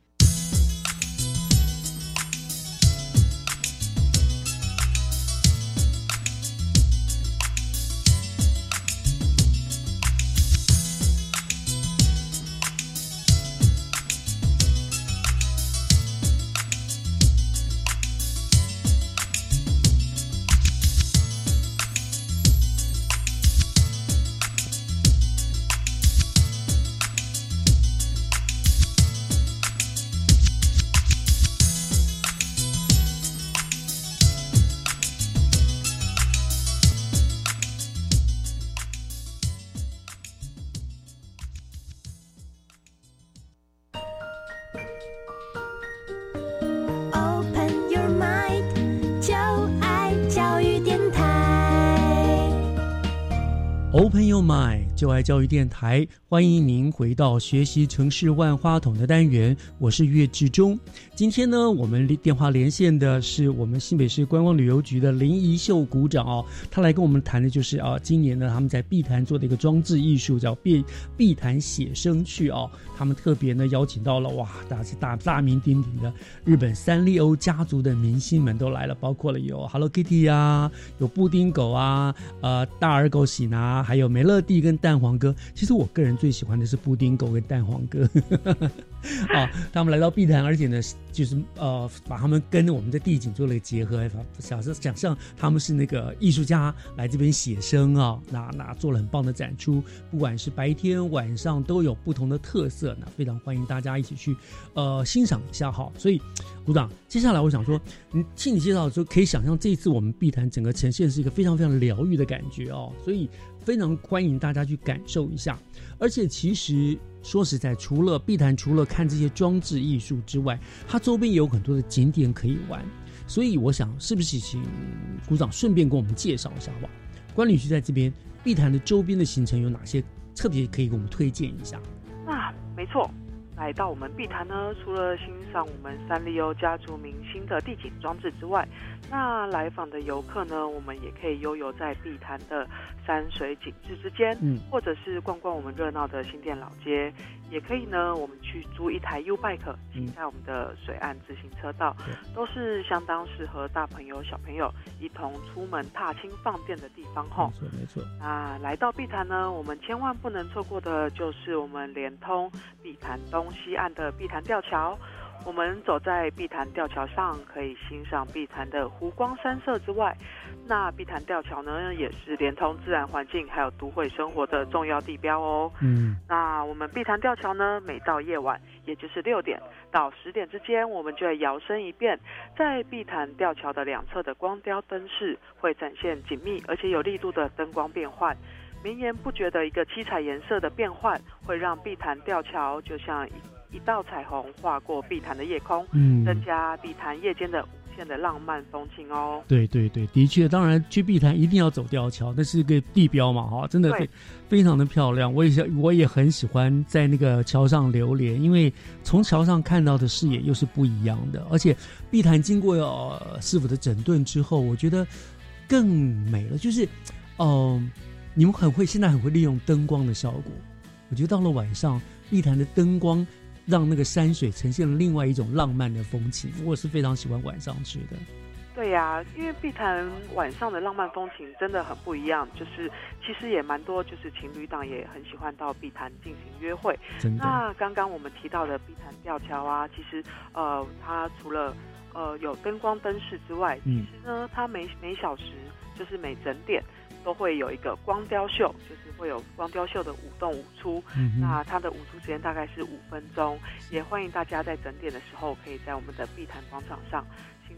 Open Your Mind， 就爱教育电台，欢迎您回到学习城市万花筒的单元，我是岳志忠。今天呢，我们电话连线的是我们新北市观光旅游局的林怡秀股长哦，他来跟我们谈的就是啊，今年呢他们在碧潭做的一个装置艺术，叫碧碧潭写生趣哦，他们特别呢邀请到了哇，大大大名鼎鼎的日本三丽鸥家族的明星们都来了，包括了有 Hello Kitty 啊，有布丁狗啊，呃大耳狗喜拿，还有梅乐蒂跟蛋黄哥。其实我个人最喜欢的是布丁狗跟蛋黄哥啊，他们来到碧潭，而且呢就是呃把他们跟我们的地景做了一个结合，想想象他们是那个艺术家来这边写生啊，那那做了很棒的展出，不管是白天晚上都有不同的特色，那非常欢迎大家一起去呃欣赏一下哈。所以股长，接下来我想说，你听你介绍的时候，可以想象这一次我们碧潭整个呈现是一个非常非常疗愈的感觉哦，所以非常欢迎大家去感受一下。而且其实说实在，除了碧潭除了看这些装置艺术之外，它周边也有很多的景点可以玩，所以我想是不是请股长顺便跟我们介绍一下好不好？观旅局在这边碧潭的周边的行程有哪些特别可以给我们推荐一下？ 啊，没错，来到我们碧潭呢，除了欣赏我们三丽鸥家族明星的地景装置之外，那来访的游客呢，我们也可以悠游在碧潭的山水景致之间，嗯，或者是逛逛我们热闹的新店老街，也可以呢，我们去租一台 U-Bike 骑在我们的水岸自行车道，嗯，都是相当适合大朋友小朋友一同出门踏青放电的地方吼。 没错没错。 那来到碧潭呢，我们千万不能错过的就是我们连通碧潭东西岸的碧潭吊桥。我们走在碧潭吊桥上，可以欣赏碧潭的湖光山色之外，那碧潭吊桥呢，也是连通自然环境还有都会生活的重要地标哦。嗯，那我们碧潭吊桥呢，每到夜晚，也就是六点到十点之间，我们就会摇身一变，在碧潭吊桥的两侧的光雕灯饰会展现紧密而且有力度的灯光变换。绵延不绝的一个七彩颜色的变换，会让碧潭吊桥就像一一道彩虹划过碧潭的夜空，嗯，增加碧潭夜间的无限的浪漫风情哦。 对对对，的确，当然去碧潭一定要走吊桥，那是一个地标嘛，哈，真的非非常的漂亮。我也我也很喜欢在那个桥上流连，因为从桥上看到的视野又是不一样的，而且碧潭经过呃师傅的整顿之后，我觉得更美了，就是嗯。呃你们很会，现在很会利用灯光的效果。我觉得到了晚上，碧潭的灯光让那个山水呈现了另外一种浪漫的风情。我是非常喜欢晚上去的。 对呀、啊，因为碧潭晚上的浪漫风情真的很不一样。就是其实也蛮多，就是情侣档也很喜欢到碧潭进行约会。真的。那刚刚我们提到的碧潭吊桥啊，其实呃，它除了呃有灯光灯饰之外，其实呢，它每每小时就是每整点。都会有一个光雕秀，就是会有光雕秀的舞动舞出，嗯、那它的舞出时间大概是五分钟，也欢迎大家在整点的时候，可以在我们的碧潭广场上欣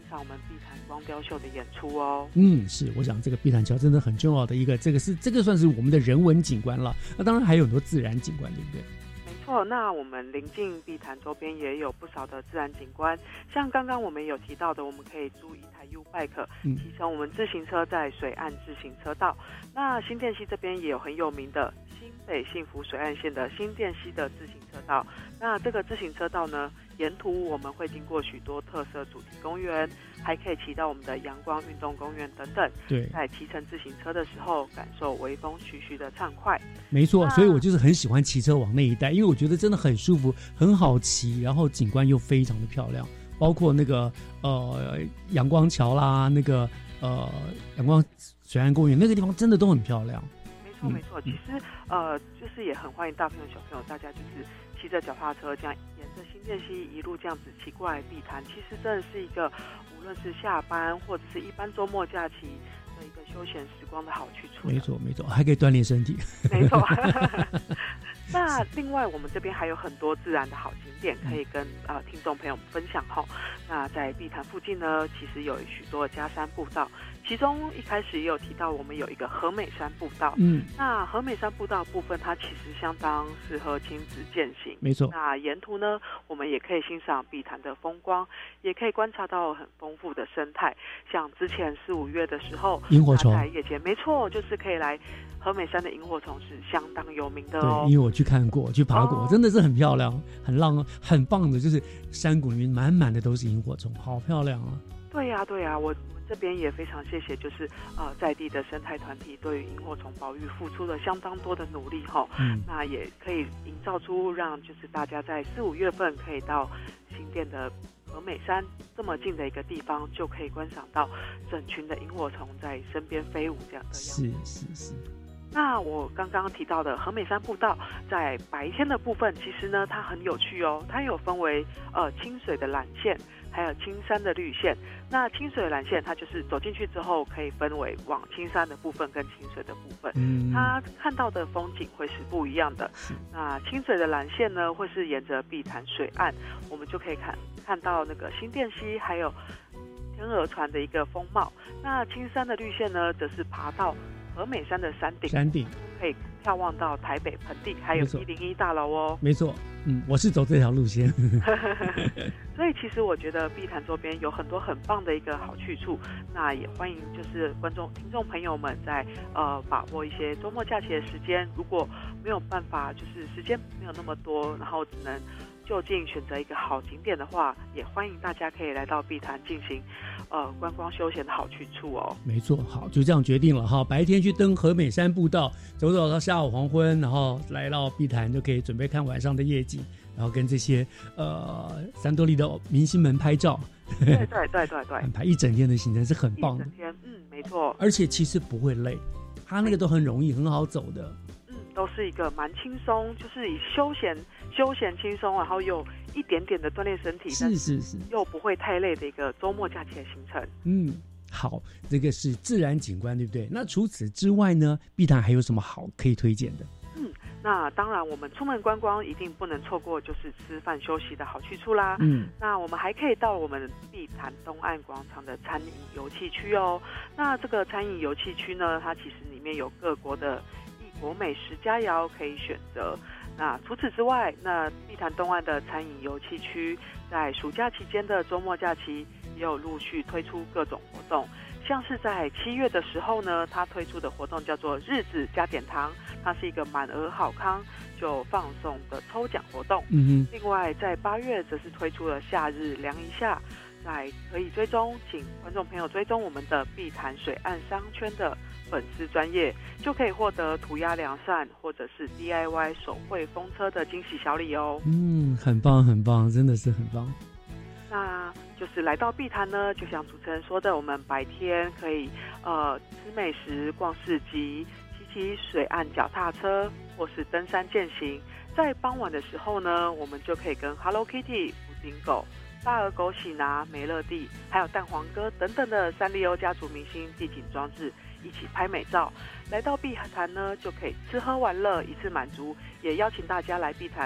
赏我们碧潭光雕秀的演出哦。 嗯，是，我想这个碧潭桥真的很重要的一个，这个是这个算是我们的人文景观了。那当然还有很多自然景观，对不对？ 没错，那我们临近碧潭周边也有不少的自然景观，像刚刚我们有提到的，我们可以租一台 U-Bike 骑乘我们自行车在水岸自行车道。那新店溪这边也有很有名的新北幸福水岸线的新店溪的自行车道。那这个自行车道呢，沿途我们会经过许多特色主题公园，还可以骑到我们的阳光运动公园等等。 对， 在骑乘自行车的时候，感受微风徐徐的畅快。 没错，所以我就是很喜欢骑车往那一带，因为我觉得真的很舒服，很好骑，然后景观又非常的漂亮，包括那个呃阳光桥啦，那个呃阳光水岸公园那个地方真的都很漂亮。 没错没错，其实呃就是也很欢迎大朋友小朋友，大家就是骑着脚踏车这样沿着新店溪一路这样子骑过来碧潭，其实真的是一个无论是下班或者是一般周末假期的一个休闲时光的好去处。 没错没错，还可以锻炼身体。 没错。那另外我们这边还有很多自然的好景点可以跟呃听众朋友们分享哈。那在碧潭附近呢，其实有许多的嘉山步道，其中一开始也有提到我们有一个和美山步道。嗯，那和美山步道部分它其实相当适合亲子健行。 没错。 那沿途呢，我们也可以欣赏碧潭的风光，也可以观察到很丰富的生态。像之前四五月的时候， 萤火虫在夜间，没错，就是可以来和美山的萤火虫是相当有名的哦。 对，因为我去看过，去爬过，哦、真的是很漂亮，很浪，很棒的，就是山谷里面满满的都是萤火虫，好漂亮啊！ 对呀、啊，对呀、啊，我我们这边也非常谢谢，就是呃在地的生态团体对于萤火虫保育付出了相当多的努力哈。嗯，那也可以营造出让就是大家在四五月份可以到新店的和美山这么近的一个地方，就可以观赏到整群的萤火虫在身边飞舞这样的样子。 是是是。 那我刚刚提到的和美山步道，在白天的部分，其实呢它很有趣哦，它有分为呃清水的蓝线，还有青山的绿线。那清水的蓝线，它就是走进去之后可以分为往青山的部分跟清水的部分，嗯，它看到的风景会是不一样的。那清水的蓝线呢，会是沿着碧潭水岸，我们就可以看看到那个新店溪还有天鹅船的一个风貌。那青山的绿线呢，则是爬到和美山的山顶， 山顶可以眺望到台北盆地，还有一零一大楼哦。 没错，嗯，我是走这条路线。 所以其实我觉得碧潭周边有很多很棒的一个好去处，那也欢迎就是观众、听众朋友们在呃把握一些周末假期的时间，如果没有办法，就是时间没有那么多，然后只能就近选择一个好景点的话，也欢迎大家可以来到碧潭进行呃观光休闲的好去处哦。 没错，好，就这样决定了哈。白天去登和美山步道，走走到下午黄昏，然后来到碧潭就可以准备看晚上的夜景，然后跟这些呃三多利的明星们拍照。 对对对对对， 安排一整天的行程是很棒的。 一整天，嗯，没错。 而且其实不会累，它那个都很容易，很好走的。 都是一个蛮轻松，就是以休闲、休闲轻松，然后又一点点的锻炼身体， 是是是， 又不会太累的一个周末假期的行程。 嗯，好，这个是自然景观，对不对？那除此之外呢，碧潭还有什么好可以推荐的？ 嗯，那当然，我们出门观光一定不能错过，就是吃饭休息的好去处啦。嗯，那我们还可以到我们碧潭东岸广场的餐饮游憩区哦。那这个餐饮游憩区呢，它其实里面有各国的国美食佳肴可以选择。那除此之外，那碧潭东岸的餐饮游憩区在暑假期间的周末假期也有陆续推出各种活动，像是在七月的时候呢，它推出的活动叫做日子加点糖，它是一个满额好康就放送的抽奖活动。嗯哼。另外在八月则是推出了夏日量一下，在可以追踪，请观众朋友追踪我们的碧潭水岸商圈的粉丝专页，就可以获得涂鸦良善或者是 D I Y 手绘风车的惊喜小礼哦。 嗯，很棒很棒，真的是很棒。 那就是来到碧潭呢，就像主持人说的，我们白天可以呃吃美食、逛市集、骑骑水岸脚踏车，或是登山健行。在傍晚的时候呢，我们就可以跟 Hello Kitty、福星狗、大耳狗喜拿、美乐蒂，还有蛋黄哥等等的三丽鸥家族明星地景装置一起拍美照。来到碧潭呢，就可以吃喝玩乐一次满足，也邀请大家来碧潭感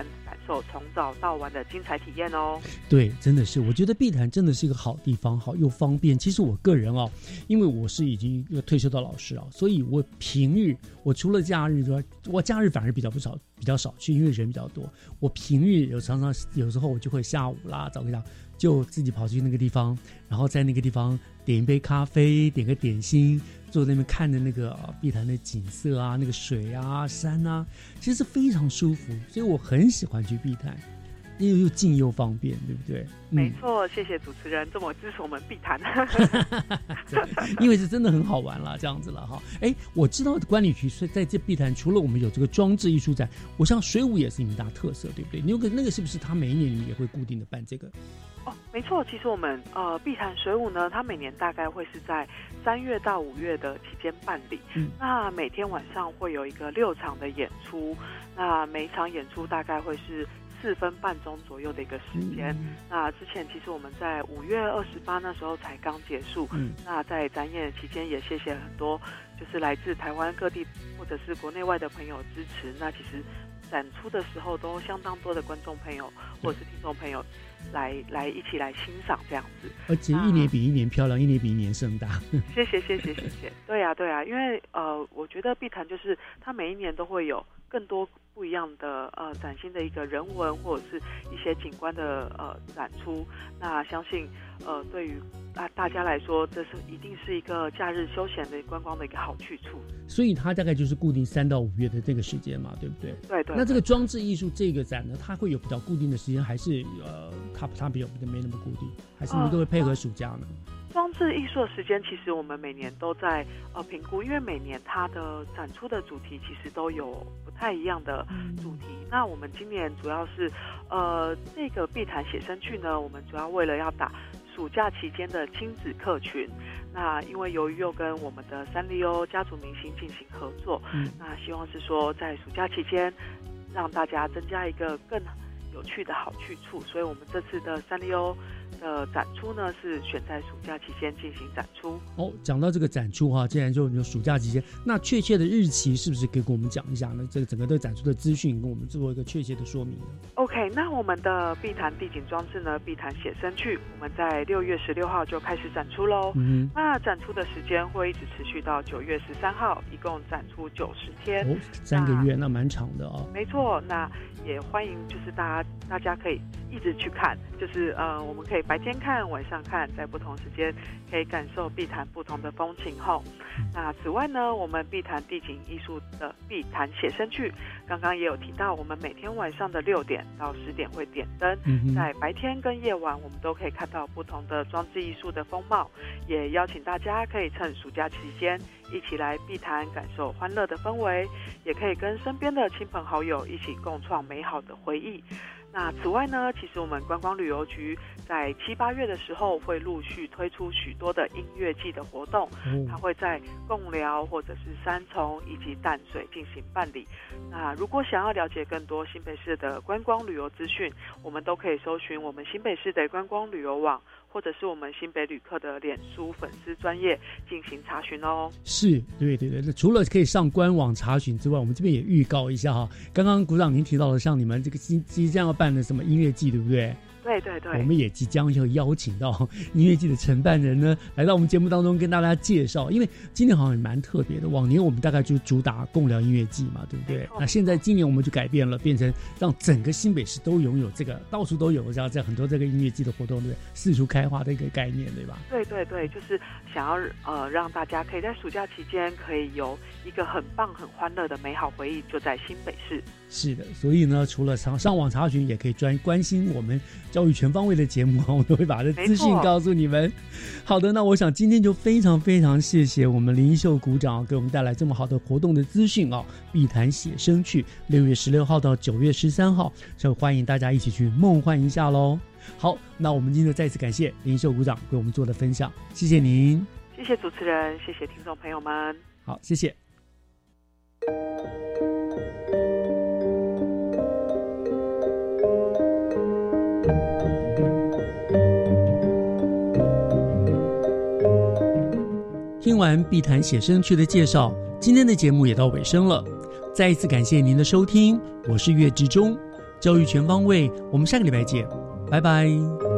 受从早到晚的精彩体验哦。 对，真的是，我觉得碧潭真的是一个好地方，好又方便。其实我个人哦，因为我是已经退休的老师啊，所以我平日我除了假日之外，我假日反而比较不少，比较少去，因为人比较多。我平日有常常有时候我就会下午啦，早个下就自己跑去那个地方，然后在那个地方点一杯咖啡，点个点心，坐在那边看着那个、呃、碧潭的景色啊，那个水啊山啊，其实非常舒服，所以我很喜欢去碧潭，因为又近又方便，对不对？嗯、 没错，谢谢主持人这么支持我们碧潭。 因为是真的很好玩了，这样子了哈。哎，我知道观礼局在这碧潭，除了我们有这个装置艺术展，我想水舞也是你们大特色，对不对？你有个那个是不是他每一年你们也会固定的办这个？ 哦，没错，其实我们呃碧潭水舞呢，它每年大概会是在三月到五月的期间办理。嗯，那每天晚上会有一个六场的演出，那每一场演出大概会是四分半钟左右的一个时间。嗯、那之前其实我们在五月二十八那时候才刚结束。嗯，那在展演期间也谢谢很多就是来自台湾各地或者是国内外的朋友支持。那其实展出的时候都相当多的观众朋友或者是听众朋友来来一起来欣赏这样子， 而且一年比一年漂亮，一年比一年盛大。 谢谢谢谢谢谢。对啊对啊，因为呃，我觉得碧潭就是它每一年都会有更多不一样的呃崭新的一个人文或者是一些景观的呃展出。那相信呃对于啊大家来说，这是一定是一个假日休闲的观光的一个好去处。 所以它大概就是固定三到五月的这个时间嘛，对不对？ 对 对, 对。 那这个装置艺术这个展呢，它会有比较固定的时间，还是呃它它比较没那么固定，还是你们都会配合暑假呢？ 装置艺术的时间其实我们每年都在呃评估，因为每年它的展出的主题其实都有不太一样的主题。嗯、那我们今年主要是呃这个碧潭写生趣呢，我们主要为了要打暑假期间的亲子客群。那因为由于又跟我们的三丽鸥家族明星进行合作，嗯、那希望是说在暑假期间让大家增加一个更有趣的好去处，所以我们这次的三丽鸥的展出呢是选在暑假期间进行展出。 哦，讲到这个展出哈，既然就有暑假期间，那确切的日期是不是可以跟我们讲一下呢？这个整个的展出的资讯跟我们做一个确切的说明呢 ？OK， 那我们的碧潭地景装置呢，碧潭写生趣，我们在六月十六号就开始展出喽。嗯，那展出的时间会一直持续到九月十三号，一共展出九十天。 哦，三个月，那蛮长的哦。 没错，那也欢迎就是大家大家可以一直去看，就是呃我们可以白天看晚上看，在不同时间可以感受碧潭不同的风情后。那此外呢，我们碧潭地景艺术的碧潭写生趣，刚刚也有提到，我们每天晚上的六点到十点会点灯，嗯、在白天跟夜晚我们都可以看到不同的装置艺术的风貌，也邀请大家可以趁暑假期间一起来碧潭感受欢乐的氛围，也可以跟身边的亲朋好友一起共创美好的回忆。那此外呢，其实我们观光旅游局在七八月的时候会陆续推出许多的音乐季的活动，嗯、它会在贡寮或者是三重以及淡水进行办理。那如果想要了解更多新北市的观光旅游资讯，我们都可以搜寻我们新北市的观光旅游网，或者是我们新北旅客的脸书粉丝专页进行查询哦。 是，对对对，除了可以上官网查询之外，我们这边也预告一下哈。刚刚股长您提到了，像你们这个即即将要办的什么音乐季，对不对？ 对对对， 我们也即将要邀请到音乐季的承办人呢，来到我们节目当中跟大家介绍。因为今年好像也蛮特别的，往年我们大概就主打贡寮音乐季嘛，对不对？那现在今年我们就改变了，变成让整个新北市都拥有这个，到处都有，然后在很多这个音乐季的活动，对不对？四处开花的一个概念，对吧？ 对对对，就是想要呃让大家可以在暑假期间可以有一个很棒、很欢乐的美好回忆，就在新北市。 是的，所以呢，除了上上网查询，也可以专关心我们教育全方位的节目，我们都会把这资讯告诉你们。好的，那我想今天就非常非常谢谢我们林一秀股长给我们带来这么好的活动的资讯哦。碧潭写生趣，六月十六号到九月十三号，所以欢迎大家一起去梦幻一下喽。好，那我们今天再次感谢林一秀股长给我们做的分享，谢谢您， 谢谢主持人，谢谢听众朋友们。 好，谢谢。听完碧潭写生趣的介绍，今天的节目也到尾声了。再一次感谢您的收听，我是岳志忠。 教育全方位，我们下个礼拜见，拜拜。